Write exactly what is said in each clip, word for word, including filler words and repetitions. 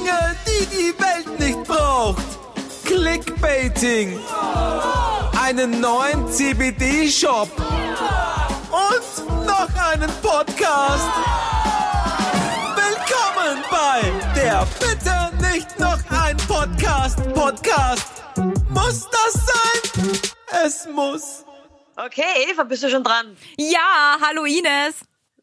Dinge, die die Welt nicht braucht. Clickbaiting. Einen neuen C B D-Shop. Und noch einen Podcast. Willkommen bei der Bitte nicht noch ein Podcast. Podcast. Muss das sein? Es muss. Okay, Eva, bist du schon dran? Ja, hallo Ines.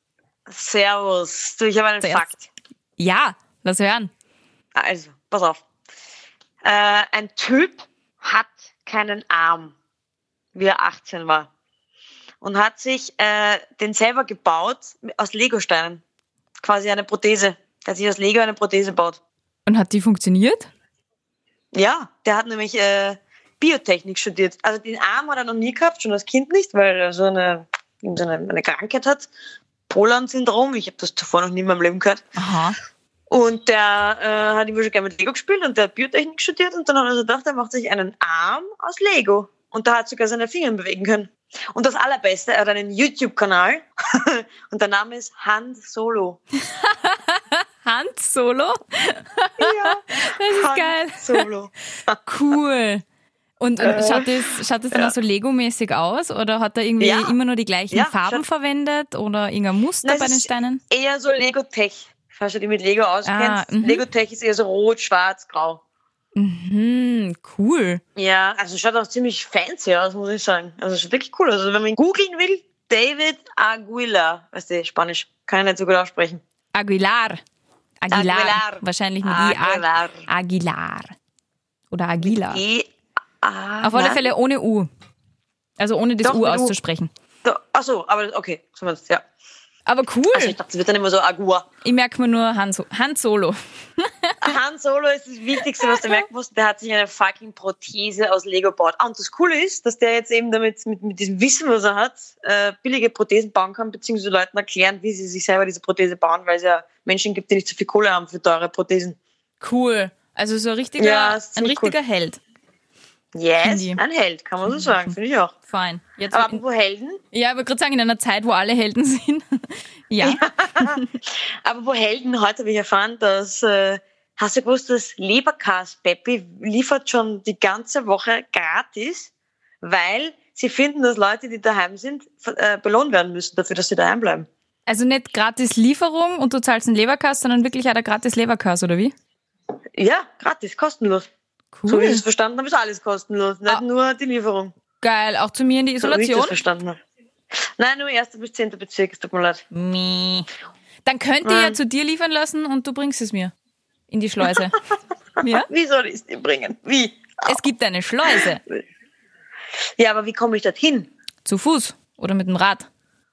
Servus. Du, ich habe einen Zuerst. Fakt. Ja, lass hören. Also, pass auf. Äh, ein Typ hat keinen Arm, wie er achtzehn war. Und hat sich äh, den selber gebaut aus Legosteinen. Quasi eine Prothese. Der hat sich aus Lego eine Prothese gebaut. Und hat die funktioniert? Ja, der hat nämlich äh, Biotechnik studiert. Also den Arm hat er noch nie gehabt, schon als Kind nicht, weil er so eine, so eine, eine Krankheit hat. Polan-Syndrom. Ich habe das zuvor noch nie in meinem Leben gehört. Aha. Und der äh, hat immer schon gerne mit Lego gespielt und der hat Biotechnik studiert und dann hat er so gedacht, er macht sich einen Arm aus Lego. Und da hat sogar seine Finger bewegen können. Und das Allerbeste, er hat einen YouTube-Kanal und der Name ist Han Solo. Hand Solo? Ja, das ist Han geil. Solo. Cool. Und, und Äh, schaut das, schaut das dann ja. auch so Lego-mäßig aus? Oder hat er irgendwie Ja. immer nur die gleichen Ja, Farben schaut- verwendet? Oder irgendein Muster Nein, bei es den ist Steinen? Eher so Lego-Tech. Falls du dich mit Lego auskennst. Ah, mhm. Lego-Tech ist eher so rot, schwarz, grau. Mhm, cool. Ja, also schaut auch ziemlich fancy aus, muss ich sagen. Also schaut wirklich cool aus. Also wenn man ihn googeln will, David Aguilar. Weißt du, Spanisch. Kann ich nicht so gut aussprechen. Aguilar. Aguilar. Aguilar. Wahrscheinlich mit Aguilar. I. Aguilar. Oder Aguilar. E A Auf alle nein? Fälle ohne U. Also ohne das Doch, U mit U. auszusprechen. Da- Ach so, aber okay, so meinst du, ja. Aber cool. Also ich dachte, es wird dann immer so Agua. Ich merke mir nur Han, so Han Solo. Han Solo ist das Wichtigste, was du merken musst. Der hat sich eine fucking Prothese aus Lego gebaut. Ah, und das Coole ist, dass der jetzt eben damit, mit, mit diesem Wissen, was er hat, äh, billige Prothesen bauen kann, beziehungsweise Leuten erklären, wie sie sich selber diese Prothese bauen, weil es ja Menschen gibt, die nicht so viel Kohle haben für teure Prothesen. Cool. Also so ein richtiger, Ja, ist ein ziemlich richtiger Held. Yes, Finde ich. ein Held, kann man so sagen, finde ich auch. Fein. Jetzt Aber in, apropos Helden, ja, ich wollte gerade sagen, in einer Zeit, wo alle Helden sind. ja. apropos Helden, heute habe ich erfahren, dass, äh, hast du gewusst, dass Leberkas Peppi liefert schon die ganze Woche gratis, weil sie finden, dass Leute, die daheim sind, äh, belohnt werden müssen dafür, dass sie daheim bleiben. Also nicht gratis Lieferung und du zahlst einen Leberkass, sondern wirklich auch der gratis Leberkass, oder wie? Ja, gratis, kostenlos. Cool. So wie ich es verstanden habe, ist alles kostenlos, nicht Ah. nur die Lieferung. Geil. Auch zu mir in die So wie ich das Isolation? verstanden habe. Nein, nur erster bis zehnter Bezirk, es tut mir leid. Meh. Dann könnt ihr ja Nein. zu dir liefern lassen und du bringst es mir in die Schleuse. ja? Wie soll ich es dir bringen? Wie? Es gibt eine Schleuse. Ja, aber wie komme ich dorthin? Zu Fuß oder mit dem Rad.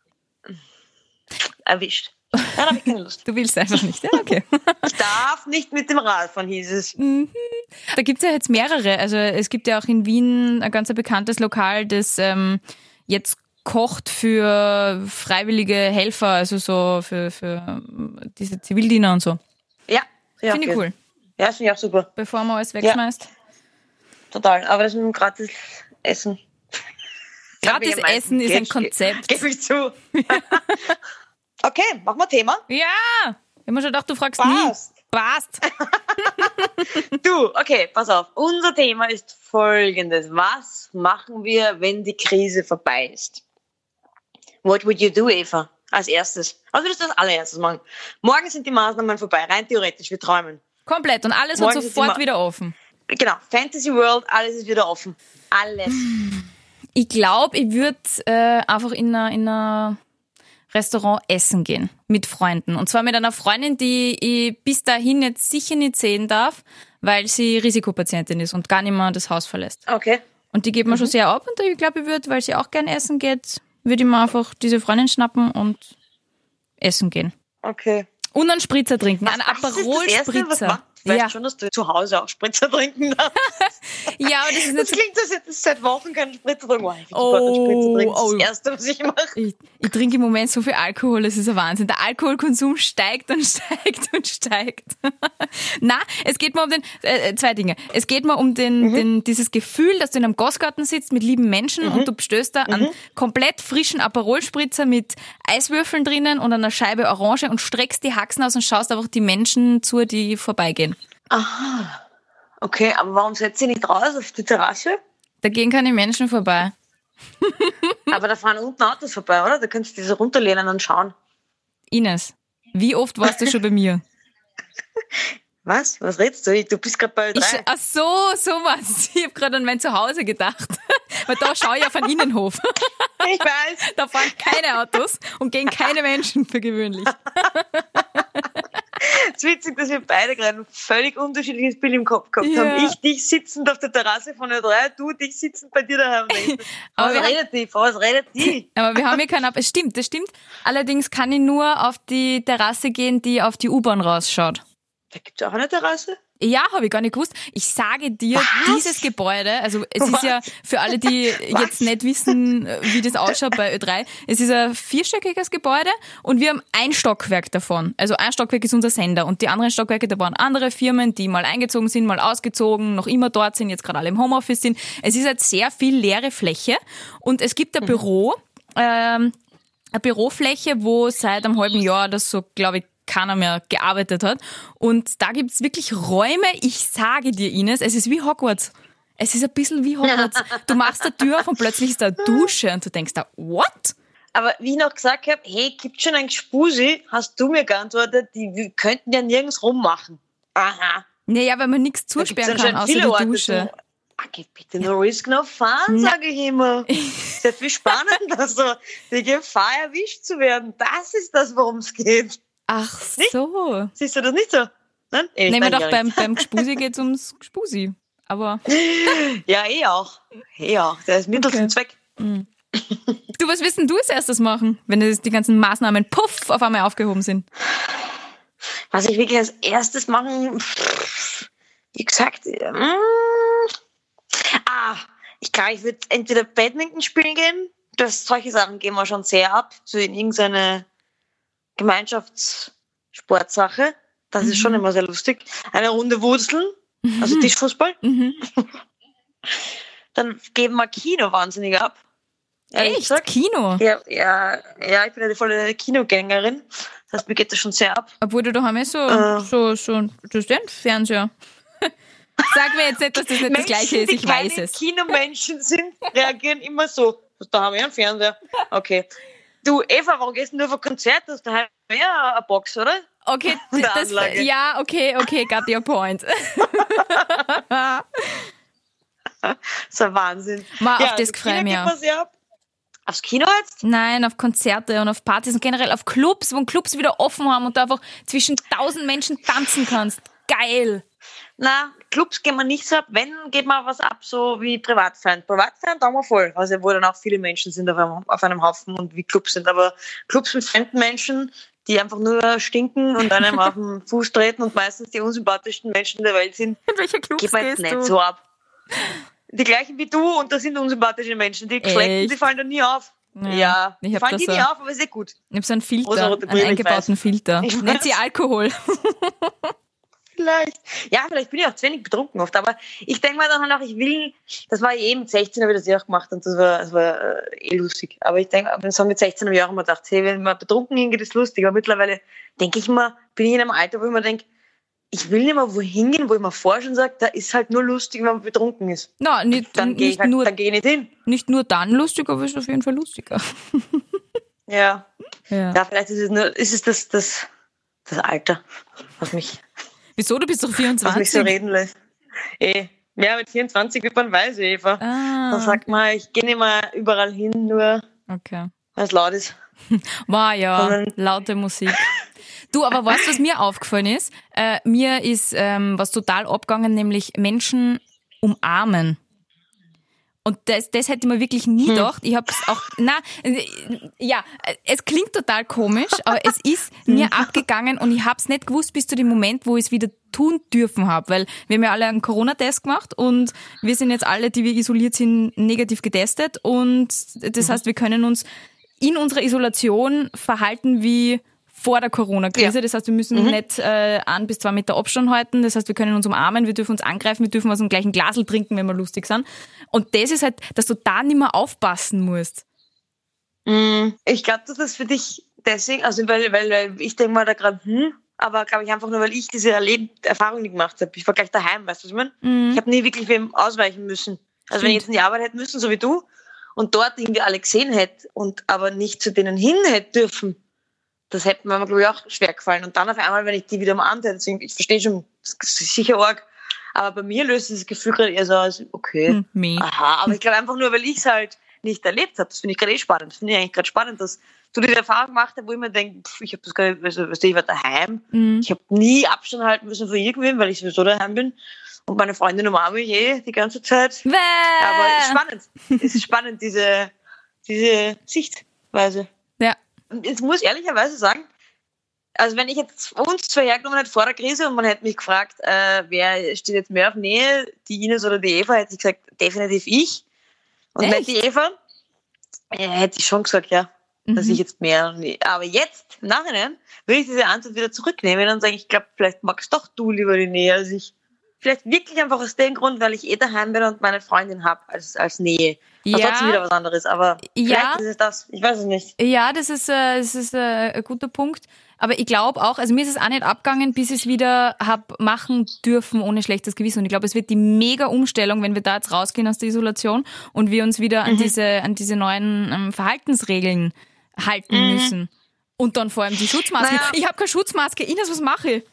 Erwischt. Nein, da habe ich keine Lust. Du willst einfach nicht. Ja, okay. Ich darf nicht mit dem Rad fahren, hieß es. Da gibt es ja jetzt mehrere. Also es gibt ja auch in Wien ein ganz bekanntes Lokal, das ähm, jetzt kocht für freiwillige Helfer, also so für, für ähm, diese Zivildiener und so. Ja. ja Finde ich okay. cool. Ja, das finde ich auch super. Bevor man alles wegschmeißt. Total. Aber das mit dem gratis Essen. Gratis Essen ist ein Konzept. Gebe ich zu. Okay, machen wir Thema. Ja! Ich hab mir schon gedacht, du fragst Passt. nie. Passt. Du, okay, pass auf. Unser Thema ist folgendes. Was machen wir, wenn die Krise vorbei ist? What would you do, Eva? Als erstes. Was würdest du als allererstes machen? Morgen sind die Maßnahmen vorbei. Rein theoretisch, wir träumen. Komplett. Und alles Morgen wird sind sofort die Ma- wieder offen. Genau, Fantasy World, alles ist wieder offen. Alles. Ich glaube, ich würde äh, einfach in einer in einer Restaurant essen gehen mit Freunden. Und zwar mit einer Freundin, die ich bis dahin jetzt sicher nicht sehen darf, weil sie Risikopatientin ist und gar nicht mehr das Haus verlässt. Okay. Und die geht mir schon sehr ab und ich glaube, ich würde, weil sie auch gern essen geht, würde ich mir einfach diese Freundin schnappen und essen gehen. Okay. Und einen Spritzer trinken, einen Was ist das Erste, was Aperol-Spritzer. macht? Du weißt Ja. schon, dass du zu Hause auch Spritzer trinken darfst. ja, aber das ist Das nicht so. klingt, als hättest du seit Wochen keinen Spritzer trinken. Oh, ich will Oh, sofort einen Spritzer trinken. Das ist oh. das Erste, was ich mache. Ich, ich trinke im Moment so viel Alkohol, das ist ein Wahnsinn. Der Alkoholkonsum steigt und steigt und steigt. Na, es geht mal um den, äh, zwei Dinge. Es geht mal um den, Mhm. den, dieses Gefühl, dass du in einem Gastgarten sitzt mit lieben Menschen Mhm. und du bestößt da einen komplett frischen Aperol-Spritzer mit Eiswürfeln drinnen und einer Scheibe Orange und streckst die Haxen aus und schaust einfach die Menschen zu, die vorbeigehen. Aha. Okay, aber warum setzt ihr nicht raus auf die Terrasse? Da gehen keine Menschen vorbei. Aber da fahren unten Autos vorbei, oder? Da kannst du dich so runterlehnen und schauen. Ines, wie oft warst du schon bei mir? Was? Was redest du? Du bist gerade bei Ich, drei. ach so, so was. Ich habe gerade an mein Zuhause gedacht. Weil da schaue ich auf einen Innenhof. Ich weiß. Da fahren keine Autos und gehen keine Menschen für gewöhnlich. Es ist witzig, dass wir beide gerade ein völlig unterschiedliches Bild im Kopf gehabt Ja. haben. Ich dich sitzend auf der Terrasse von der drei, du dich sitzend bei dir daheim. Aber Was wir haben- redet die? Was redet die? Aber wir haben hier keinen Ab... Es stimmt, das stimmt. Allerdings kann ich nur auf die Terrasse gehen, die auf die U-Bahn rausschaut. Da gibt es auch eine Terrasse? Ja, habe ich gar nicht gewusst. Ich sage dir, Was? dieses Gebäude, also es ist Was? ja für alle, die Was? jetzt nicht wissen, wie das ausschaut bei Ö drei, es ist ein vierstöckiges Gebäude und wir haben ein Stockwerk davon. Also ein Stockwerk ist unser Sender und die anderen Stockwerke, da waren andere Firmen, die mal eingezogen sind, mal ausgezogen, noch immer dort sind, jetzt gerade alle im Homeoffice sind. Es ist halt sehr viel leere Fläche und es gibt ein Büro, ähm, eine Bürofläche, wo seit einem halben Jahr das so, glaube ich, keiner mehr gearbeitet hat. Und da gibt's wirklich Räume, ich sage dir, Ines, es ist wie Hogwarts. Es ist ein bisschen wie Hogwarts. Du machst die Tür auf und plötzlich ist da eine Dusche und du denkst da, what? Aber wie ich noch gesagt habe, hey, gibt schon ein Gspusi, hast du mir geantwortet, die wir könnten ja nirgends rummachen. Aha. Naja, weil man nichts Da gibt's zusperren kann, anscheinend außer viele die Orte Dusche. zum- Ah, geh bitte no risk, no fun, sage ich immer. Sehr viel spannender, so die Gefahr erwischt zu werden. Das ist das, worum es geht. Ach so. Siehst du das nicht so? Nein? Eh, Nehmen wir nein, doch ja beim, beim Gspusi geht's ums Gspusi. Aber nicht. Ja, eh auch. Eh auch. Der ist Mittel Okay. zum Zweck. du, was willst denn du als erstes machen, wenn das die ganzen Maßnahmen puff auf einmal aufgehoben sind? Was ich wirklich als erstes machen, pff, wie gesagt, mm, ah, ich glaube, ich würde entweder Badminton spielen gehen, das, solche Sachen gehen wir schon sehr ab, so in irgendeine Gemeinschaftssportsache, das ist schon immer sehr lustig. Eine Runde Wurzeln, also Tischfußball, Mhm. dann geben wir Kino wahnsinnig ab. Ehrlich Echt? gesagt. Kino? Ja, ja, ja, ich bin eine volle Kinogängerin, das heißt, mir geht das schon sehr ab. Obwohl du daheim eh so, Äh. so, so, das ist ein Fernseher. Sag mir jetzt nicht, dass das nicht das Gleiche ist, die ich weiß keine es. Kinomenschen sind, reagieren immer so. Da haben wir einen Fernseher. Okay. Du, Eva, warum gehst denn du auf ein Konzert? Du hast daheim ja eine Box, oder? Okay, Und eine das, Anlage. ja, okay, okay, got your point. Das ist ein Wahnsinn. Ma, auf ja, das also freue ich Kino mich geht auch. man sehr ab. Aufs Kino jetzt? Nein, auf Konzerte und auf Partys und generell auf Clubs, wo Clubs wieder offen haben und du einfach zwischen tausend Menschen tanzen kannst. Geil. Na, Clubs gehen wir nicht so ab. Wenn, geht man was ab, so wie Privatfeiern. Privatfeiern taugen wir voll. Also, wo dann auch viele Menschen sind auf einem, auf einem Haufen und wie Clubs sind. Aber Clubs mit fremden Menschen, die einfach nur stinken und einem auf den Fuß treten und meistens die unsympathischsten Menschen der Welt sind, In welche Clubs geht man jetzt gehst nicht du? so ab. Die gleichen wie du und das sind unsympathische Menschen. Die Schlechten, Echt? die fallen da nie auf. Ja, Ja, ich die hab fallen das die nie so. auf, aber ist eh gut. Ich habe so einen Filter, Rosarote einen Brille, ich eingebauten weiß. Filter. Ich Nennt sie weiß. Alkohol. Vielleicht. Ja, vielleicht bin ich auch zu wenig betrunken oft, aber ich denke mir dann halt auch, ich will, das war eh mit sechzehn, habe ich das eh auch gemacht und das war, das war äh, eh lustig. Aber ich denke, so mit sechzehn Jahren habe ich mir gedacht, hey, wenn man betrunken hingeht, ist lustig. Aber mittlerweile denke ich mir, bin ich in einem Alter, wo ich mir denke, ich will nicht mehr wohin gehen, wo ich mir vorher schon sage, da ist halt nur lustig, wenn man betrunken ist. Na, nicht, Dann gehe ich, nicht, halt, nur, dann geh ich nicht hin. nicht nur dann lustig, aber es ist auf jeden Fall lustiger. Ja. Ja. Ja, vielleicht ist es nur, ist es das, das, das Alter, was mich, Wieso? Du bist doch was mich so vierundzwanzig. reden lässt. Eh. Ja, mit vierundzwanzig wird man weise, Eva. Ah, Da sagt man, ich gehe nicht mehr überall hin, nur okay. weil es laut ist. War ja, Sondern- laute Musik. Du, aber weißt du, was mir aufgefallen ist? Äh, mir ist ähm, was total abgegangen, nämlich Menschen umarmen. Und das, das hätte ich mir wirklich nie gedacht. Ich habe es auch, na, äh, ja, äh, es klingt total komisch, aber es ist mir abgegangen und ich habe es nicht gewusst bis zu dem Moment, wo ich es wieder tun dürfen habe, weil wir haben ja alle einen Corona-Test gemacht und wir sind jetzt alle, die wir isoliert sind, negativ getestet und das heißt, wir können uns in unserer Isolation verhalten wie vor der Corona-Krise. Ja. Das heißt, wir müssen Mhm. nicht äh, ein bis zwei Meter Abstand halten. Das heißt, wir können uns umarmen, wir dürfen uns angreifen, wir dürfen aus dem gleichen Glasl trinken, wenn wir lustig sind. Und das ist halt, dass du da nicht mehr aufpassen musst. Ich glaube, dass das für dich deswegen, also weil, weil, weil ich denke mal da gerade, hm, aber glaube ich einfach nur, weil ich diese Erleb- Erfahrung nicht gemacht habe. Ich war gleich daheim, weißt du, was ich meine? Mhm. Ich habe nie wirklich wem ausweichen müssen. Also wenn ich jetzt in die Arbeit hätte müssen, so wie du, und dort irgendwie alle gesehen hätte und aber nicht zu denen hin hätte dürfen, das hätte mir, glaube ich, auch schwer gefallen. Und dann auf einmal, wenn ich die wieder mal anhöre, ich verstehe schon, das ist sicher arg, aber bei mir löst das Gefühl gerade eher so aus, okay, Hm, aha, aber ich glaube einfach nur, weil ich es halt nicht erlebt habe. Das finde ich gerade eh spannend. Das finde ich eigentlich gerade spannend, dass du diese Erfahrung gemacht hast, wo ich mir denke, pff, ich habe das gar nicht, also, weißt du, ich war daheim, Mhm. ich habe nie Abstand halten müssen von irgendwem, weil ich sowieso daheim bin. Und meine Freundin umarme mich eh die ganze Zeit. Bäh. Aber es ist spannend. Es ist spannend, diese, diese Sichtweise. Ja. Und jetzt muss ich ehrlicherweise sagen, also wenn ich jetzt uns zwei hergenommen hätte vor der Krise und man hätte mich gefragt, äh, wer steht jetzt mehr auf Nähe, die Ines oder die Eva, hätte ich gesagt, definitiv ich. Und Echt? nicht die Eva. Ja, hätte ich schon gesagt, ja, dass Mhm. ich jetzt mehr. Aber jetzt, im Nachhinein, würde ich diese Antwort wieder zurücknehmen und sagen, ich glaube, vielleicht magst doch du lieber die Nähe als ich. Vielleicht wirklich einfach aus dem Grund, weil ich eh daheim bin und meine Freundin habe als, als Nähe. Was Ja. trotzdem wieder was anderes, aber Ja. vielleicht ist es das. Ich weiß es nicht. Ja, das ist, äh, das ist äh, ein guter Punkt. Aber ich glaube auch, also mir ist es auch nicht abgegangen, bis ich es wieder hab machen dürfen ohne schlechtes Gewissen. Und ich glaube, es wird die mega Umstellung, wenn wir da jetzt rausgehen aus der Isolation und wir uns wieder an diese an diese neuen ähm, Verhaltensregeln halten Mhm. müssen. Und dann vor allem die Schutzmaske. Naja. Ich habe keine Schutzmaske. Ines, was mache ich?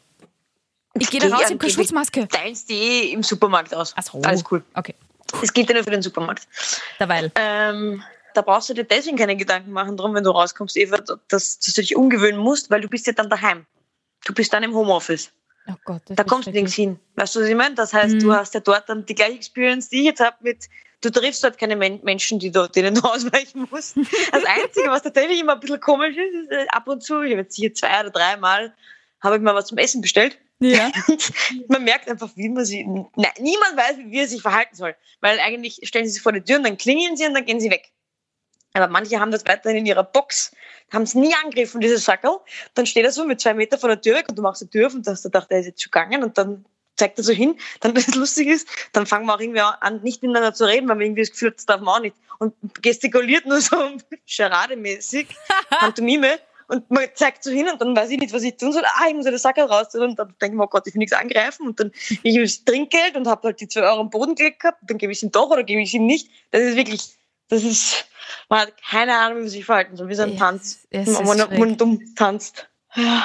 Ich gehe da Geh raus, ich habe keine angeblich, Schutzmaske. Teilst die eh im Supermarkt aus. Ach so. Alles cool. Okay. Das gilt ja nur für den Supermarkt. Derweil. Ähm, da brauchst du dir deswegen keine Gedanken machen drum, wenn du rauskommst, Eva, dass, dass du dich umgewöhnen musst, weil du bist ja dann daheim. Du bist dann im Homeoffice. Oh Gott, das Da ist kommst du nirgends schrecklich. hin. Weißt du, was ich meine? Das heißt, Mhm. du hast ja dort dann die gleiche Experience, die ich jetzt habe mit, du triffst dort keine Men- Menschen, die du, denen du ausweichen musst. Das Einzige, was tatsächlich immer ein bisschen komisch ist, ist äh, ab und zu, ich habe jetzt hier zwei oder drei Mal, habe ich mal was zum Essen bestellt. Ja. Und man merkt einfach, wie man sie, nein, niemand weiß, wie er sich verhalten soll. Weil eigentlich stellen sie sich vor die Tür und dann klingeln sie und dann gehen sie weg. Aber manche haben das weiterhin in ihrer Box, haben es nie angegriffen, dieses Sackerl. Dann steht er so mit zwei Meter von der Tür weg und du machst die Tür auf und hast du gedacht, er ist jetzt schon gegangen und dann zeigt er so hin. Dann, das lustig ist, dann fangen wir auch irgendwie an, nicht miteinander zu reden, weil wir irgendwie das Gefühl haben, das darf man auch nicht. Und gestikuliert nur so charademäßig, Pantomime. Und man zeigt so hin und dann weiß ich nicht, was ich tun soll. Ah, ich muss ja das Sackerl raus. Und dann denke ich mir, oh Gott, ich will nichts angreifen. Und dann gebe ich ihm das Trinkgeld und habe halt die zwei Euro am Boden gelegt gehabt. Dann gebe ich es ihm doch oder gebe ich es ihm nicht. Das ist wirklich, das ist, man hat keine Ahnung, wie man sich verhalten soll. Wie so ein Es- Tanz. es ist Man, schräg. man dumm tanzt. Ja.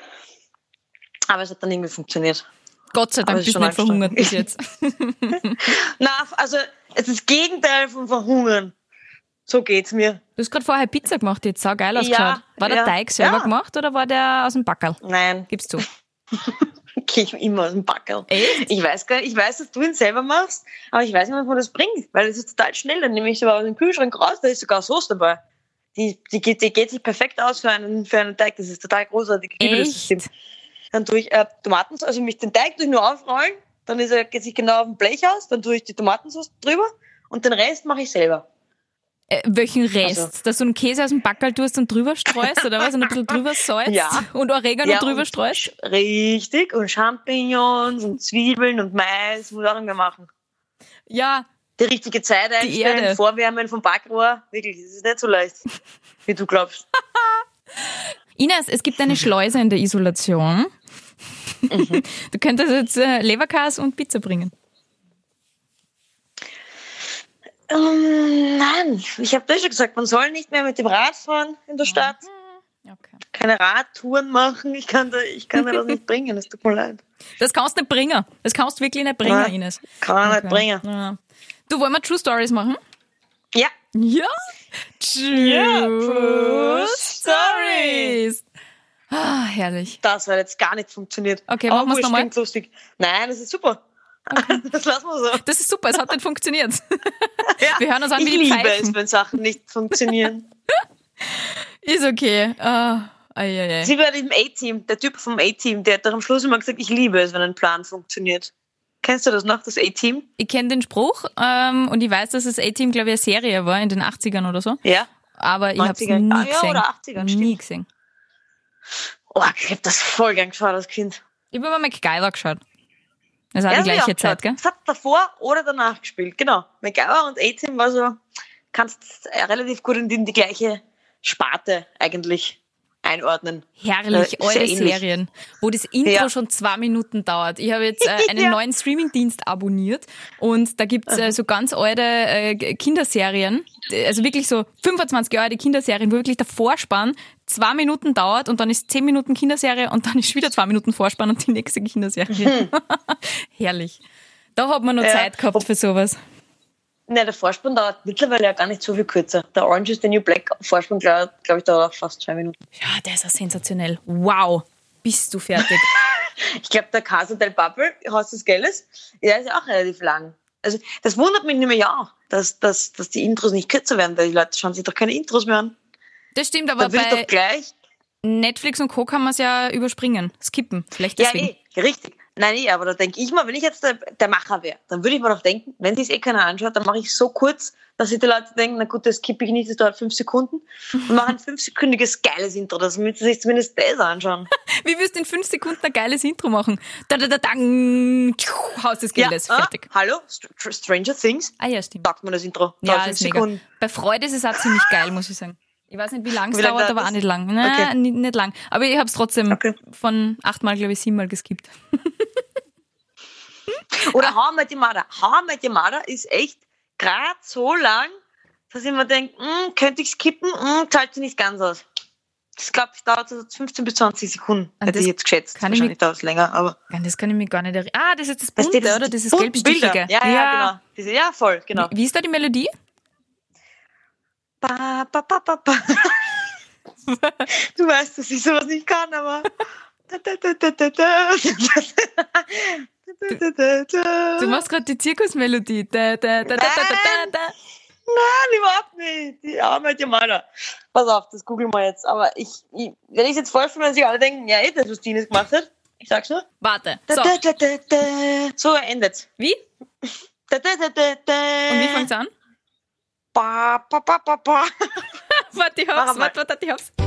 Aber es hat dann irgendwie funktioniert. Gott sei Aber Dank es ist bist du nicht schon verhungert bis jetzt. Na, also, es ist das Gegenteil von Verhungern. So geht's mir. Du hast gerade vorher Pizza gemacht, jetzt sau geil Ja, ausgeschaut. War der ja. Teig selber Ja. gemacht oder war der aus dem Backerl? Nein, Gib's zu. gehe ich immer aus dem Backerl. Echt? Ich weiß gar nicht, ich weiß, dass du ihn selber machst, aber ich weiß nicht, was man das bringt, weil es ist total schnell. Dann nehme ich sogar aus dem Kühlschrank raus, da ist sogar Sauce dabei. Die, die, geht, die geht sich perfekt aus für einen, für einen Teig. Das ist total großartig. Ich liebe das System. Dann tue ich äh, Tomatensauce, also mich den Teig tue ich nur aufrollen, dann ist er, geht sich genau auf dem Blech aus, dann tue ich die Tomatensauce drüber und den Rest mache ich selber. Äh, welchen Rest? Also- Dass du einen Käse aus dem Backerl tust und drüber streust oder was? Und ein bisschen drüber salzt Ja. und Oregano Ja, drüber und- streust? Richtig, und Champignons und Zwiebeln und Mais, muss auch irgendwer machen. Ja, Die richtige Zeit Erde. einstellen, Vorwärmen vom Backrohr, wirklich, das ist nicht so leicht, wie du glaubst. Ines, es gibt eine Schleuse in der Isolation. Mhm. Du könntest jetzt äh, Leberkas und Pizza bringen. Ähm, nein, ich habe das schon gesagt, man soll nicht mehr mit dem Rad fahren in der Stadt, Okay. keine Radtouren machen, ich kann, da, ich kann dir das nicht bringen, es tut mir leid. Das kannst du nicht bringen. Das kannst du wirklich nicht bringen, Ja, Ines. kann man Okay. nicht bringen. Ja. Du, wollen wir True Stories machen? Ja, Ja. True, Ja, True Stories. Ah, herrlich. das hat jetzt gar nicht funktioniert. Okay, Aber machen wir's wurscht, nochmal. klingt lustig. Nein, das ist super. Das lassen wir so. Das ist super, es hat nicht funktioniert. Ja, Wir hören uns an ich wie die liebe Pfeifen. es, wenn Sachen nicht funktionieren. Ist okay. Ah, ei, ei, ei. Sie war im A-Team, der Typ vom A-Team, der hat doch am Schluss immer gesagt, ich liebe es, wenn ein Plan funktioniert. Kennst du das noch, das A-Team? Ich kenne den Spruch ähm, und ich weiß, dass das A-Team, glaube ich, eine Serie war in den achtzigern oder so. Ja. Aber ich habe es neunziger. nie Ah, ja, gesehen. oder achtziger, Nie stimmt. gesehen. Oh, ich hab das voll gern geschaut als Kind. Ich habe mal MacGyver geschaut. Das war Ja, die das hab ich gleiche auch Zeit, geschaut. gell? Das hat davor oder danach gespielt, genau. MacGyver und A-Team war so, kannst äh, relativ gut in die, in die gleiche Sparte eigentlich einordnen. Herrlich, Äh, eure sehr ähnlich. Serien, wo das Intro Ja. schon zwei Minuten dauert. Ich habe jetzt äh, einen Ja. neuen Streamingdienst abonniert und da gibt's äh, so ganz alte äh, Kinderserien, also wirklich so fünfundzwanzig Jahre alte Kinderserien, wo wirklich der Vorspann zwei Minuten dauert und dann ist zehn Minuten Kinderserie und dann ist wieder zwei Minuten Vorspann und die nächste Kinderserie. Herrlich. Da hat man noch Ja. Zeit gehabt für sowas. Ne, der Vorspann dauert mittlerweile ja gar nicht so viel kürzer. Der Orange is the New Black Vorspann, glaube glaub ich, dauert auch fast zwei Minuten. Ja, der ist ja sensationell. Wow, bist du fertig. Ich glaube, der Casa del Papel, Haus des Geldes, der ist ja auch relativ lang. Also das wundert mich nämlich ja auch, dass, dass, dass die Intros nicht kürzer werden, weil die Leute schauen sich doch keine Intros mehr an. Das stimmt, aber Da will ich bei doch gleich... Netflix und Co. kann man es ja überspringen, skippen. Vielleicht deswegen. Ja, eh, richtig. Nein, eh, aber da denke ich mal, wenn ich jetzt der, der Macher wäre, dann würde ich mir doch denken, wenn sich eh keiner anschaut, dann mache ich so kurz, dass sich die Leute denken, na gut, das kippe ich nicht, das dauert fünf Sekunden und mache ein fünfsekündiges geiles Intro, damit sie sich zumindest das anschauen. Wie wirst du in fünf Sekunden ein geiles Intro machen? Da, da, da, dang, tschuh, Haus des Geldes, ah, fertig. Hallo, Str- Stranger Things, Ah ja, stimmt. sagt man das Intro. Ja, Dauert das fünf ist mega. Sekunden. Bei Freude ist es auch ziemlich geil, muss ich sagen. Ich weiß nicht, wie lang es Wie lang dauert, dauert aber auch das? nicht lang. Nein, Okay. nicht, nicht lang. Aber ich habe es trotzdem Okay. von achtmal, glaube ich, siebenmal geskippt. Oder How I Met Your Mother. How I Met Your Mother ist echt gerade so lang, dass ich mir denke, hm, könnte ich skippen, hm, zahlt sie nicht ganz aus. Das, glaube ich, dauert so fünfzehn bis zwanzig Sekunden, An hätte das ich jetzt geschätzt. kann ich Wahrscheinlich dauert es länger, aber... An das kann ich mir gar nicht erinnern. Ah, das ist das Weißt Bunte, du, das oder? ist Dieses bunten gelbstichige. Bilder. Ja, ja, genau. Diese, ja, voll, genau. Wie, wie ist da die Melodie? Ba, ba, ba, ba, ba. Du weißt, dass ich sowas nicht kann, aber... Da, da, da, da, da, da. Da, da, da, da. Du machst gerade die Zirkusmelodie. Da, da, da, da, da, da, da. Nein, überhaupt nicht. Die Arme, die Maler. Pass auf, das googeln wir jetzt. Aber ich, ich wenn ich es jetzt vorstelle, dass sich alle denken, ja, eh, das, was Tines gemacht hat. Ich sag's nur. Warte. Da, So, da, da, da, da. So endet's. wie? Da, da, da, da, da. Und wie fängt's an? Ba, ba, ba, ba, ba. Warte, ich Mach hab's. mal. Warte, warte, ich hab's.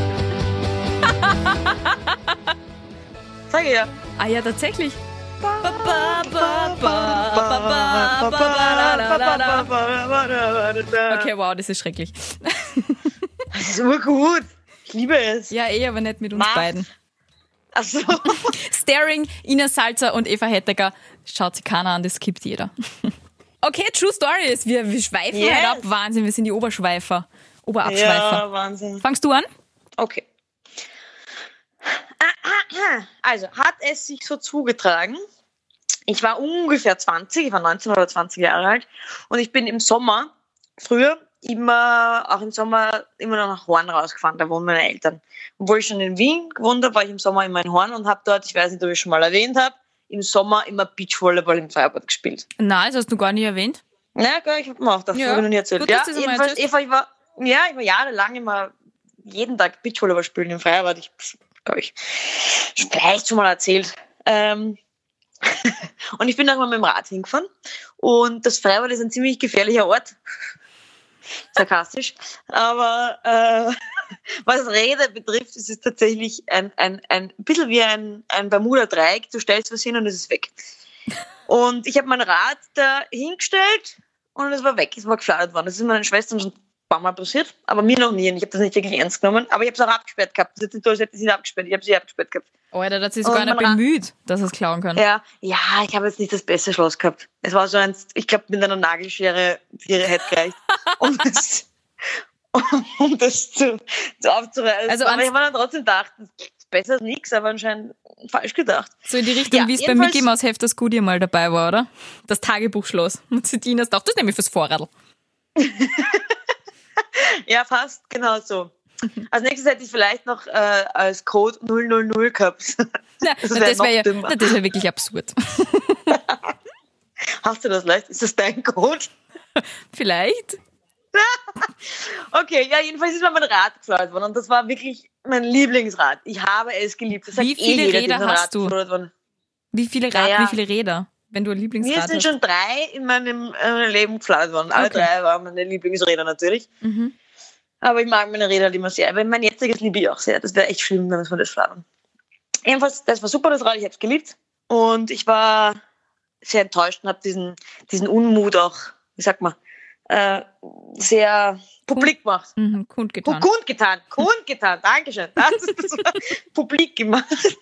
Sag ich ja. Ah ja, tatsächlich. Ba, ba, ba, ba, ba, ba, ba, ba, la, la, la. Okay, wow, das ist schrecklich. Das ist urgut. Ich liebe es. Ja, eh, aber nicht mit uns Mach. beiden. Also, Staring, Ina Salzer und Eva Hettecker. Schaut sich keiner an, das skippt jeder. Okay, True Stories. Wir, wir schweifen Yes. halt ab. Wahnsinn, wir sind die Oberschweifer. Oberabschweifer. ja, Wahnsinn. Fangst du an? Okay. Also, hat es sich so zugetragen. Ich war ungefähr zwanzig, ich war neunzehn oder zwanzig Jahre alt und ich bin im Sommer, früher, immer, auch im Sommer, immer noch nach Horn rausgefahren, da wohnen meine Eltern. Obwohl ich schon in Wien gewohnt habe, war ich im Sommer immer in Horn und habe dort, ich weiß nicht, ob ich schon mal erwähnt habe, im Sommer immer Beachvolleyball im Freibad gespielt. Nein, das hast du gar nicht erwähnt. Ja, geil, ich habe mir auch das Ja. habe ich noch nie erzählt. Gut, Ja, dass du das mal jedenfalls, erzählst. Eva, ich war, ja, ich war jahrelang immer jeden Tag Beachvolleyball spielen im Freibad. Ich glaube ich, vielleicht schon mal erzählt. Ähm, und ich bin auch mal mit dem Rad hingefahren. Und das Freibad ist ein ziemlich gefährlicher Ort. Sarkastisch. Aber äh, was Räder betrifft, ist es tatsächlich ein, ein, ein bisschen wie ein, ein Bermuda-Dreieck. Du stellst was hin und es ist weg. Und ich habe mein Rad da hingestellt und es war weg. Es war geflattert worden. Das ist meinen Schwestern schon ein paar Mal passiert, aber mir noch nie. Und ich habe das nicht wirklich ernst genommen. Aber ich habe es auch abgesperrt gehabt. Das ist jetzt nicht so, als hätte ich es nicht abgesperrt. Ich habe sie abgesperrt gehabt. Alter, das ist Und sogar einer man ra- bemüht, dass er es klauen kann. Ja, ja, ich habe jetzt nicht das beste Schloss gehabt. Es war so eins, ich glaube, mit einer Nagelschere wäre hätte gereicht, um das, um das zu, zu aufzureißen. Also aber ans- ich habe dann trotzdem gedacht, das ist besser als nichts, aber anscheinend falsch gedacht. So in die Richtung, Ja, wie es beim jedenfalls- Mickey Maus Heft das Goodie mal dabei war, oder? Das Tagebuchschloss. Und zu Tina dachte, das nehme ich fürs Vorradl. Ja, fast, genau so. Als nächstes hätte ich vielleicht noch äh, als Code null null null gehabt. Na, Das na, wär das noch wäre ja, dümmer. na, das wär wirklich absurd. Hast du das leicht? Ist das dein Code? Vielleicht. Okay, ja, jedenfalls ist mir mein Rad geflaut worden und das war wirklich mein Lieblingsrad. Ich habe es geliebt. Das sagt Wie eh viele jeder, Räder dem ein hast Rad du? geflaut worden. Wie viele Rad, Naja. wie viele Räder, wenn du ein Mir Lieblingsrad sind hast? schon drei in meinem äh, Leben geflaut worden. Alle Okay. drei waren meine Lieblingsräder natürlich. Mhm. Aber ich mag meine Räder halt immer sehr. Aber mein jetziges liebe ich auch sehr. Das wäre echt schlimm, wenn es mir das flattern. Jedenfalls, das war super, das Rad. Ich habe es geliebt. Und ich war sehr enttäuscht und habe diesen, diesen Unmut auch, wie sagt man, äh, sehr publik gemacht. Mhm, kundgetan. Kundgetan, kundgetan, Dankeschön. Das ist das publik gemacht.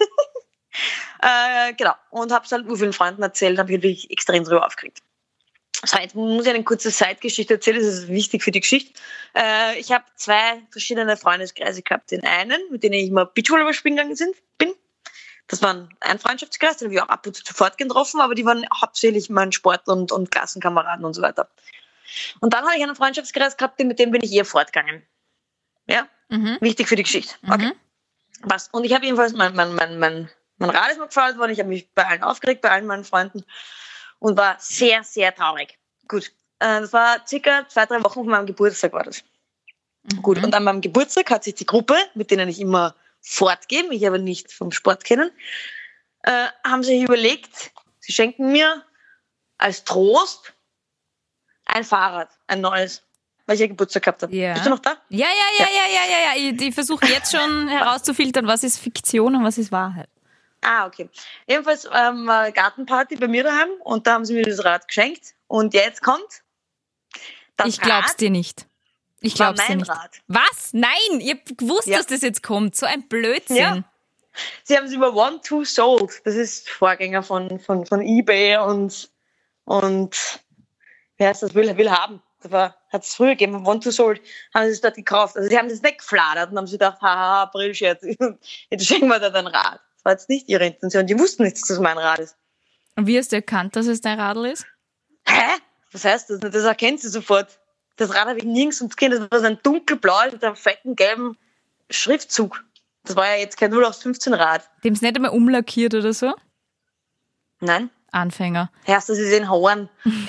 äh, genau. Und habe es halt nur vielen Freunden erzählt, habe ich wirklich extrem drüber aufgeregt. So, jetzt muss ich eine kurze Zeitgeschichte erzählen, das ist wichtig für die Geschichte. Äh, ich habe zwei verschiedene Freundeskreise gehabt. Den einen, mit denen ich immer Beachvolleyball spielen gegangen sind, bin. Das war ein Freundschaftskreis, den habe ich auch ab und zu zu Fortgehen getroffen, aber die waren hauptsächlich mein Sport- und, und Klassenkameraden und so weiter. Und dann habe ich einen Freundschaftskreis gehabt, mit dem bin ich eher fortgegangen. Ja? Mhm. Wichtig für die Geschichte. Okay. Mhm. Passt. Und ich habe jedenfalls, mein, mein, mein, mein, mein Rad ist mir gefallen worden, ich habe mich bei allen aufgeregt, bei allen meinen Freunden und war sehr, sehr traurig. Gut. Äh, das war circa zwei, drei Wochen von meinem Geburtstag war das. Mhm. Gut. Und an meinem Geburtstag hat sich die Gruppe, mit denen ich immer fortgehe, mich aber nicht vom Sport kennen, äh, haben sich überlegt, sie schenken mir als Trost ein Fahrrad, ein neues, weil ich ja Geburtstag gehabt habe. Ja. Bist du noch da? Ja, ja, ja, ja, ja, ja, ja. Ich, ich versuche jetzt schon herauszufiltern, was ist Fiktion und was ist Wahrheit. Ah, okay. Jedenfalls ähm, war Gartenparty bei mir daheim und da haben sie mir das Rad geschenkt. Und jetzt kommt das Ich glaub's Rad dir nicht. Ich war glaub's dir mein nicht. Rad. Was? Nein, ihr habt gewusst, Ja. dass das jetzt kommt. So ein Blödsinn. Ja. Sie haben es über One Two Sold. Das ist Vorgänger von, von, von eBay und, und wer heißt das? Will, will haben. Das war, hat es früher gegeben, One Two Sold, haben sie es dort gekauft. Also sie haben das weggefladert und haben sich gedacht, haha, April-Scherz, jetzt schenken wir da dein Rad. Das war jetzt nicht ihre Intention. Die wussten nicht, dass das mein Rad ist. Und wie hast du erkannt, dass es dein Radl ist? Hä? Was heißt das? Das erkennt sie sofort. Das Rad habe ich nirgends gesehen. Das war so ein dunkelblau mit einem fetten gelben Schriftzug. Das war ja jetzt kein null acht fünfzehn Rad. Dem ist nicht einmal umlackiert oder so? Nein. Anfänger. Heißt das, sie sehen Horn.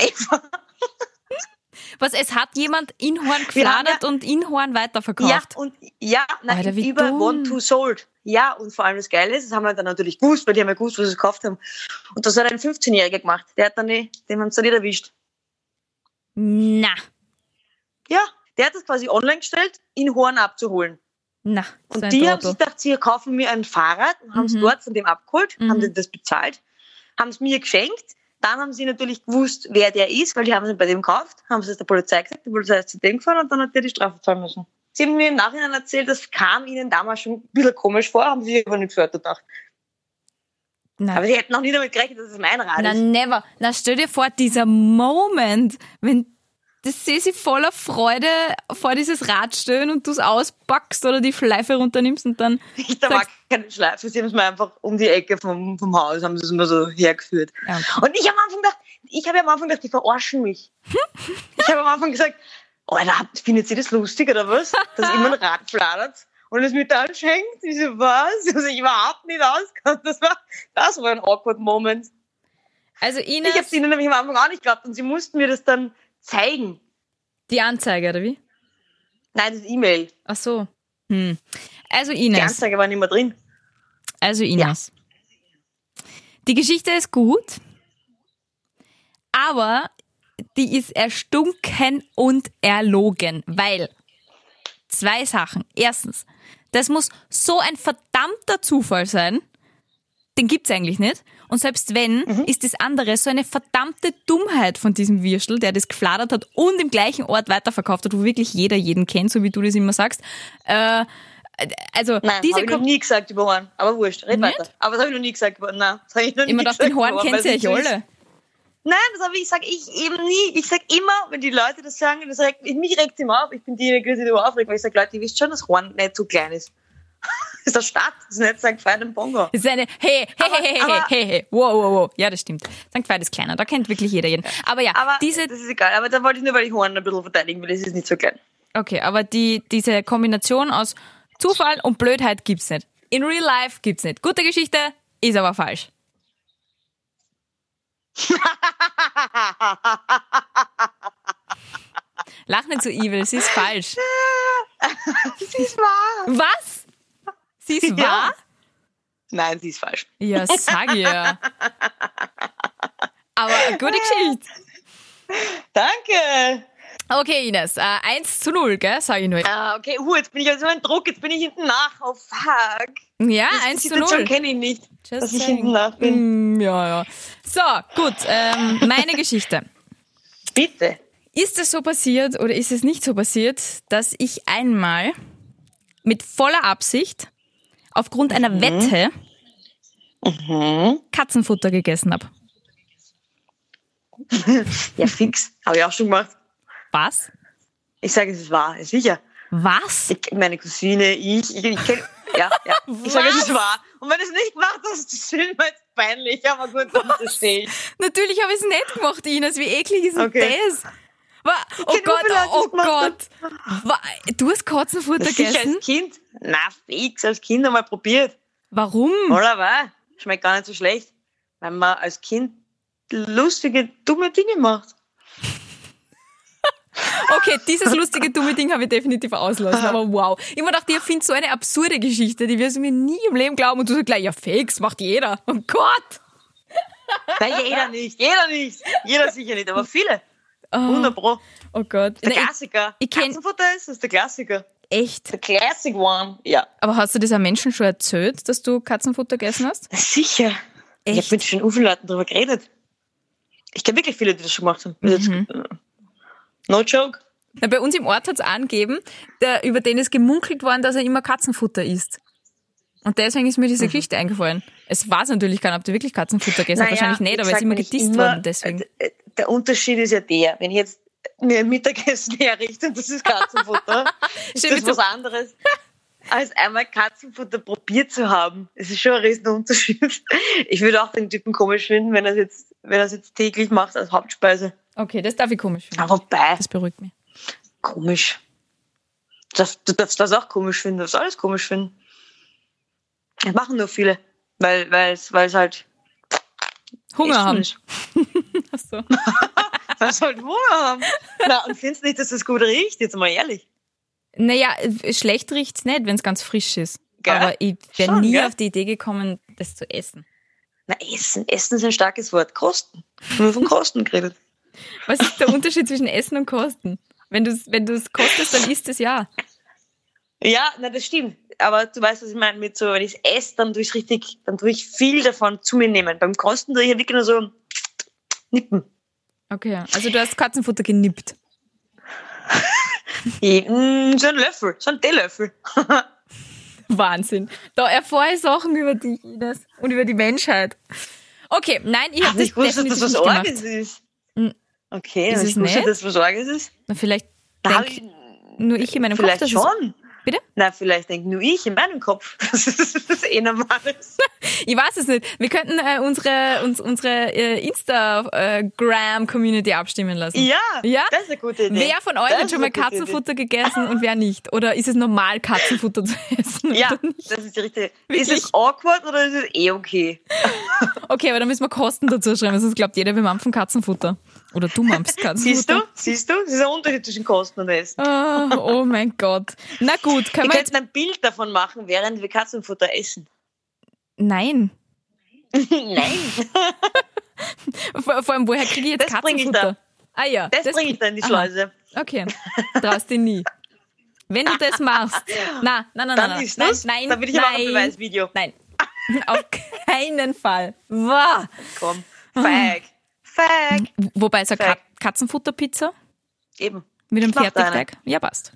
Was, es hat jemand in Horn Wir haben gefladert ja- und in Horn Ja, weiterverkauft? und ja, nein, Alter, wie über dumm. One Two Sold. Ja, und vor allem das Geile ist, das haben wir dann natürlich gewusst, weil die haben ja gewusst, was sie gekauft haben. Und das hat ein fünfzehnjähriger gemacht. Der hat dann nicht, dem haben sie dann nicht erwischt. Na, Ja, der hat das quasi online gestellt, in Horn abzuholen. na. Und so ein die haben sich Trottel. gedacht, sie kaufen mir ein Fahrrad und haben es Mhm. dort von dem abgeholt, Mhm. haben die das bezahlt, haben es mir geschenkt. Dann haben sie natürlich gewusst, wer der ist, weil die haben es bei dem gekauft, haben sie es der Polizei gesagt, die Polizei ist zu dem gefahren und dann hat der die Strafe zahlen müssen. Sie haben mir im Nachhinein erzählt, das kam ihnen damals schon ein bisschen komisch vor, haben sie aber nicht gehört gedacht. Na, Aber sie hätten noch nie damit gerechnet, dass es mein Rad na, ist. never. Na, stell dir vor, dieser Moment, wenn das sehe sie voller Freude vor dieses Rad stellen und du es auspackst oder die Schleife runternimmst und dann Ich, da war sagst, keine Schleife, sie haben es mir einfach um die Ecke vom, vom Haus, haben sie es mir so hergeführt. ja, okay. Und ich habe am Anfang gedacht, ich habe am Anfang gedacht, die verarschen mich. Ich habe am Anfang gesagt, oh, Alter, habt- findet ihr das lustig oder was? Dass immer ein Rad fladert und es mir dann schenkt? Ich so, was? Also ich überhaupt nicht auskannt. Das war, das war ein awkward Moment. Also Ich Ines, habe es ihnen nämlich am Anfang auch nicht geglaubt und sie mussten mir das dann zeigen. die Anzeige, oder wie? Nein, das E-Mail. Ach so. Hm. Also Die Ines, Anzeige war nicht mehr drin. also Ines. Die Geschichte ist gut, aber die ist erstunken und erlogen, weil zwei Sachen. Erstens, das muss so ein verdammter Zufall sein, den gibt's eigentlich nicht. Und selbst wenn, Mhm. ist das andere so eine verdammte Dummheit von diesem Würstel, der das gefladert hat und im gleichen Ort weiterverkauft hat, wo wirklich jeder jeden kennt, so wie du das immer sagst. Äh, also Nein, diese habe ich noch Kom- nie gesagt über Horn. Aber wurscht, red Nicht? weiter. Aber das habe ich noch nie gesagt über Nein, das habe ich noch nie immer gedacht, gesagt den Horn über kennt weil ihr es euch so ist. alle. Nein, das habe ich, sage ich eben nie. Ich sage immer, wenn die Leute das sagen, das regt, mich regt es immer auf. Ich bin diejenige, die darüber aufregt, weil ich sage, Leute, ihr wisst schon, dass Horn nicht so klein ist. Das ist eine Stadt, das ist nicht Sankt Veit im Bongo. Das ist eine, hey, hey, Aber- hey, hey, hey, aber- hey, hey, wow, wow, wow. Ja, das stimmt. Sankt Veit ist kleiner, da kennt wirklich jeder jeden. Aber ja, Aber diese, das ist egal. Aber da wollte ich nur, weil ich Horn ein bisschen verteidigen will. Es ist nicht so klein. okay, aber die, diese Kombination aus Zufall und Blödheit gibt's nicht. In real life gibt's nicht. Gute Geschichte, ist aber falsch. Lach nicht so evil, sie ist falsch. Sie ist wahr. Was? Sie ist Ja. wahr? Nein, sie ist falsch. Ja, sag ich ja. Aber eine gute Geschichte. Danke. Okay, Ines, äh, eins zu null, gell, sag ich nur. Ah, okay, uh, jetzt bin ich also ein Druck. Jetzt bin ich hinten nach. Oh, fuck. Ja, Die eins zu Situation null. kenne ich nicht, Just dass ich saying. hinten nach bin. Mm, ja, ja. So, gut, ähm, meine Geschichte. Bitte. Ist es so passiert oder ist es nicht so passiert, dass ich einmal mit voller Absicht aufgrund einer Mhm. Wette Mhm. Katzenfutter gegessen habe? Ja, fix. Habe ich auch schon gemacht. Was? Ich sage, es ist wahr. Sicher. Was? Ich, meine Cousine, ich, ich, ich kenn, ja, ja. Ich sage, es ist wahr. Und wenn du es nicht gemacht hast, ist es mir jetzt peinlich. Aber gut, dann verstehe ich. Natürlich habe ich es nicht gemacht, Ines. Wie eklig ist denn Okay. das? Wa- Oh kenn Gott, nur Leute, oh, die es gemacht Gott. Wa- Du hast Katzenfutter Sicher gegessen? als Kind. Na, fix, als Kind einmal probiert. Warum? Oder was? Schmeckt gar nicht so schlecht. Weil man als Kind lustige, dumme Dinge macht. Okay, dieses lustige, dumme Ding habe ich definitiv auslassen, aber wow. Ich mir dachte, ihr findet so eine absurde Geschichte, die wirst du mir nie im Leben glauben und du sagst gleich, ja fix, macht jeder. Oh Gott. Nein, jeder nicht, jeder nicht. Jeder sicher nicht, aber viele. Oh, hundert Pro. oh Gott. Der Na, Klassiker. ich kenn- Katzenfutter ist, das ist der Klassiker. ich, echt? Der Classic One. Ja. Aber hast du das einem Menschen schon erzählt, dass du Katzenfutter gegessen hast? Sicher. Ich Echt? habe mit schon vielen Leuten darüber geredet. Ich kenne wirklich viele, die das schon gemacht haben. Mhm. No joke. Na, bei uns im Ort hat es angegeben, der, über den ist gemunkelt worden, dass er immer Katzenfutter isst. Und deswegen ist mir diese Geschichte eingefallen. Es weiß natürlich keiner, ob der wirklich Katzenfutter gegessen hat. Naja, Wahrscheinlich nicht, ich aber er ist sag immer mal nicht gedisst immer, worden deswegen. äh, Der Unterschied ist ja der, wenn ich jetzt mir ein Mittagessen herrichte und das ist Katzenfutter, ist Schön das mit was so- anderes, als einmal Katzenfutter probiert zu haben. Es ist schon ein riesen Unterschied. Ich würde auch den Typen komisch finden, wenn er es jetzt, wenn er es jetzt täglich macht als Hauptspeise. Okay, das darf ich komisch finden. Aber wobei, Das beruhigt mich. komisch. Das, du darfst das auch komisch finden, du darfst alles komisch finden. Das machen nur viele, weil weil es weil es halt Hunger Essen haben. ist. Ach so. Weil es halt Hunger haben. Na, und findest nicht, dass das gut riecht, jetzt mal ehrlich. Naja, äh, schlecht riecht's nicht, wenn es ganz frisch ist. Gell? Aber ich wäre Schon, nie gell? auf die Idee gekommen, das zu essen. Na, Essen, Essen ist ein starkes Wort. Kosten. Nur von Kosten geredet. Was ist der Unterschied zwischen Essen und Kosten? Wenn du es wenn du's kostest, dann isst es ja. Ja, na, das stimmt. Aber du weißt, was ich meine mit so, wenn ich es esse, dann tue ich richtig, dann tue ich viel davon zu mir nehmen. Beim Kosten tue ich ja wirklich nur so nippen. Okay, also du hast Katzenfutter genippt. Ich, mm, so ein Löffel, so ein Teelöffel. Wahnsinn. Da erfahre ich Sachen über dich, Ines, und über die Menschheit. Okay, nein, ich habe Hab das nicht gewusst, dass definitiv das was nicht gemacht. Orges ist. Mm. Okay, Ist hab es ich wusste, nicht? dass das was Orges ist. Na, vielleicht Da hab denk ich, nur ich in meinem Kopf, vielleicht dass schon. es... Bitte? Na, vielleicht denke nur ich in meinem Kopf, dass das eh normal ist. Ich weiß es nicht. Wir könnten äh, unsere, uns, unsere äh, Instagram-Community abstimmen lassen. Ja, Ja? das ist eine gute Idee. Wer von euch Das hat ist schon mal eine gute Katzenfutter gegessen und wer nicht? Oder ist es normal, Katzenfutter zu essen? Idee. Ja, Oder nicht? das ist die richtige. Wirklich? Ist es awkward oder ist es eh okay? Okay, aber dann müssen wir Kosten dazu schreiben, sonst glaubt jeder, wir mampfen Katzenfutter. Oder du mampfst Katzenfutter. Siehst du? Siehst du? Es ist ein Unterschied zwischen Kosten und Essen. Oh, oh mein Gott. Na gut, können Wir wir jetzt... könnten ein Bild davon machen, während wir Katzenfutter essen. Nein. Nein, Vor, vor allem, woher kriege ich jetzt Das bring ich Katzenfutter? Ah ja. das, bringe ich da in die Aha. Schleuse. Okay, traust dich nie. Wenn du das machst... Na, nein, nein, Dann nein, ist nein, das. nein, Dann will ich aber auch ein nein, Beweisvideo. nein. Auf keinen Fall. Wow. Komm, feig. Feig. Wobei so Fair. Kat Katzenfutterpizza Eben. mit einem Ich mach da Fertigteig? Ja, passt.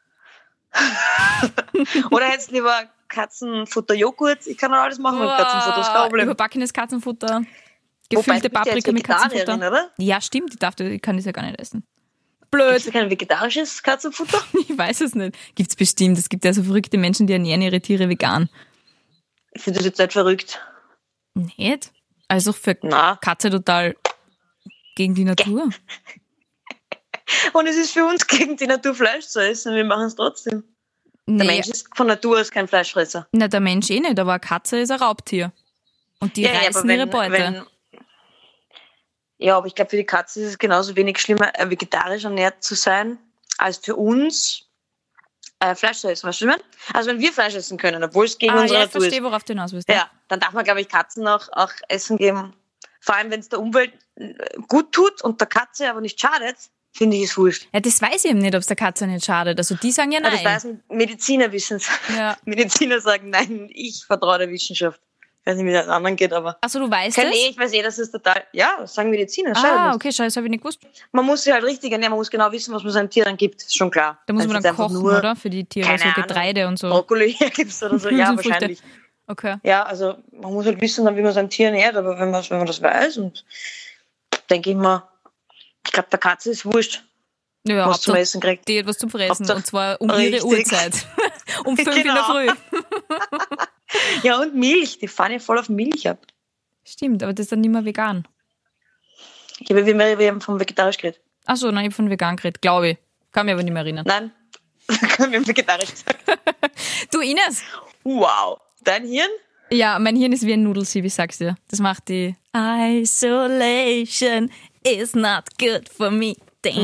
Oder hättest du lieber Katzenfutter-Joghurt? Ich kann auch alles machen mit Katzenfutter, das ist kein Problem. Überbackenes Katzenfutter, Wobei, gefüllte du bist ja jetzt Paprika mit Vegetarierin, Katzenfutter. oder? Ja, stimmt. Ich dachte, ich kann das ja gar nicht essen. Gibt Blöd. es kein vegetarisches Katzenfutter? Ich weiß es nicht. Gibt's bestimmt. Es gibt ja so verrückte Menschen, die ernähren ihre Tiere vegan. Ich finde das jetzt nicht verrückt. Nicht? Also für Na. Katze total gegen die Natur. Und es ist für uns gegen die Natur Fleisch zu essen. Wir machen es trotzdem. Der Nee, Mensch ist von Natur aus kein Fleischfresser. na, der Mensch eh nicht, aber eine Katze ist ein Raubtier. Und die Ja, ja, reißen aber wenn, ihre Beute. wenn, ja, aber ich glaube, für die Katze ist es genauso wenig schlimmer, äh, vegetarisch ernährt zu sein, als für uns äh, Fleisch zu essen. Weißt du, was ich meine? Also wenn wir Fleisch essen können, obwohl es gegen ah, unsere ja, ich Natur ist. verstehe, worauf du hinaus willst. Ja, dann darf man, glaube ich, Katzen auch, auch Essen geben. Vor allem, wenn es der Umwelt äh, gut tut und der Katze aber nicht schadet, finde ich es wurscht. Ja, das weiß ich eben nicht, ob es der Katze nicht schadet. Also die sagen ja Aber nein. das weiß Mediziner wissen es. Ja. Mediziner sagen nein, ich vertraue der Wissenschaft. Ich weiß nicht, wie das anderen geht, aber... Achso, du weißt Kann es? eh, ich weiß eh, das ist total... Ja, das sagen Mediziner. schau, Ah, das- okay, schau, das habe ich nicht gewusst. Man muss sich halt richtig ernähren, man muss genau wissen, was man seinem Tier dann gibt. Ist schon klar. Da muss Wenn man es dann jetzt einfach kochen, nur oder? Für die Tiere, keine so Ahnung, Getreide und so. Brokkoli hergibst oder so. Ja, So Früchte. wahrscheinlich. Okay. Ja, also man muss halt wissen, dann, wie man sein Tier ernährt, aber wenn man, wenn man das weiß und denke ich mal, ich glaube, der Katze ist wurscht, Ja, was zum Hauptsache, Essen kriegt. die hat was zum Fressen. Hauptsache- Und zwar um ihre Richtig. Uhrzeit. um fünf in der Genau. Früh. Ja, und Milch, die fahren ja voll auf Milch ab. Stimmt, aber das ist dann nicht mehr vegan. Ich habe wie wir haben vom Vegetarisch geredet. Achso, nein, ich habe von vegan geredet, glaube ich. Kann mich aber nicht mehr erinnern. Nein, wir haben Vegetarisch gesagt. Du, Ines. Wow, dein Hirn? Ja, mein Hirn ist wie ein Nudelsieb, ich sag's dir. Das macht die Isolation is not good for me.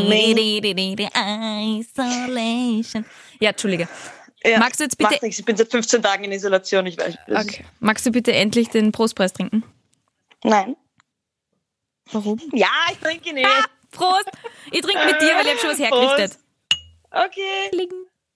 Isolation. Ja, Entschuldige. Ja, Magst du jetzt bitte- Macht nichts, ich bin seit fünfzehn Tagen in Isolation, ich weiß. das Okay. Magst du bitte endlich den Prostpreis trinken? ist- Nein. Warum? Ja, ich trinke nicht. Ah, Prost! Ich trinke mit dir, weil ich hab schon was hergerichtet. Okay. Kling.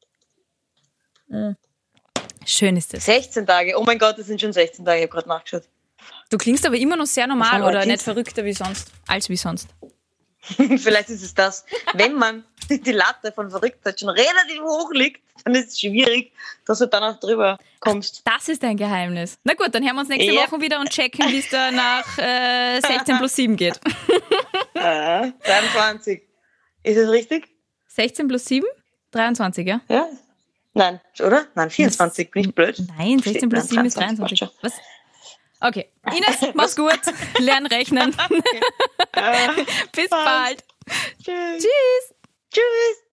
Schön ist das. sechzehn Tage. Oh mein Gott, das sind schon sechzehn Tage. Ich habe gerade nachgeschaut. Du klingst aber immer noch sehr normal Schau mal, oder nicht klingst- verrückter wie sonst, als wie sonst. Vielleicht ist es das. Wenn man die Latte von Verrücktheit schon relativ hoch liegt, dann ist es schwierig, dass du dann auch drüber kommst. Das ist dein Geheimnis. Na gut, dann hören wir uns nächste Ja. Woche wieder und checken, wie es da nach äh, sechzehn plus sieben geht. Äh, dreiundzwanzig. Ist es richtig? sechzehn plus sieben? dreiundzwanzig, ja? Ja? Nein, oder? Nein, vierundzwanzig. Bin ich blöd? Nein, sechzehn plus sieben ist dreiundzwanzig, dreiundzwanzig. Was? Okay. Ines, mach's gut. Lern rechnen. Äh, Bis Bye. bald. tschüss. Tschüss. Tschüss.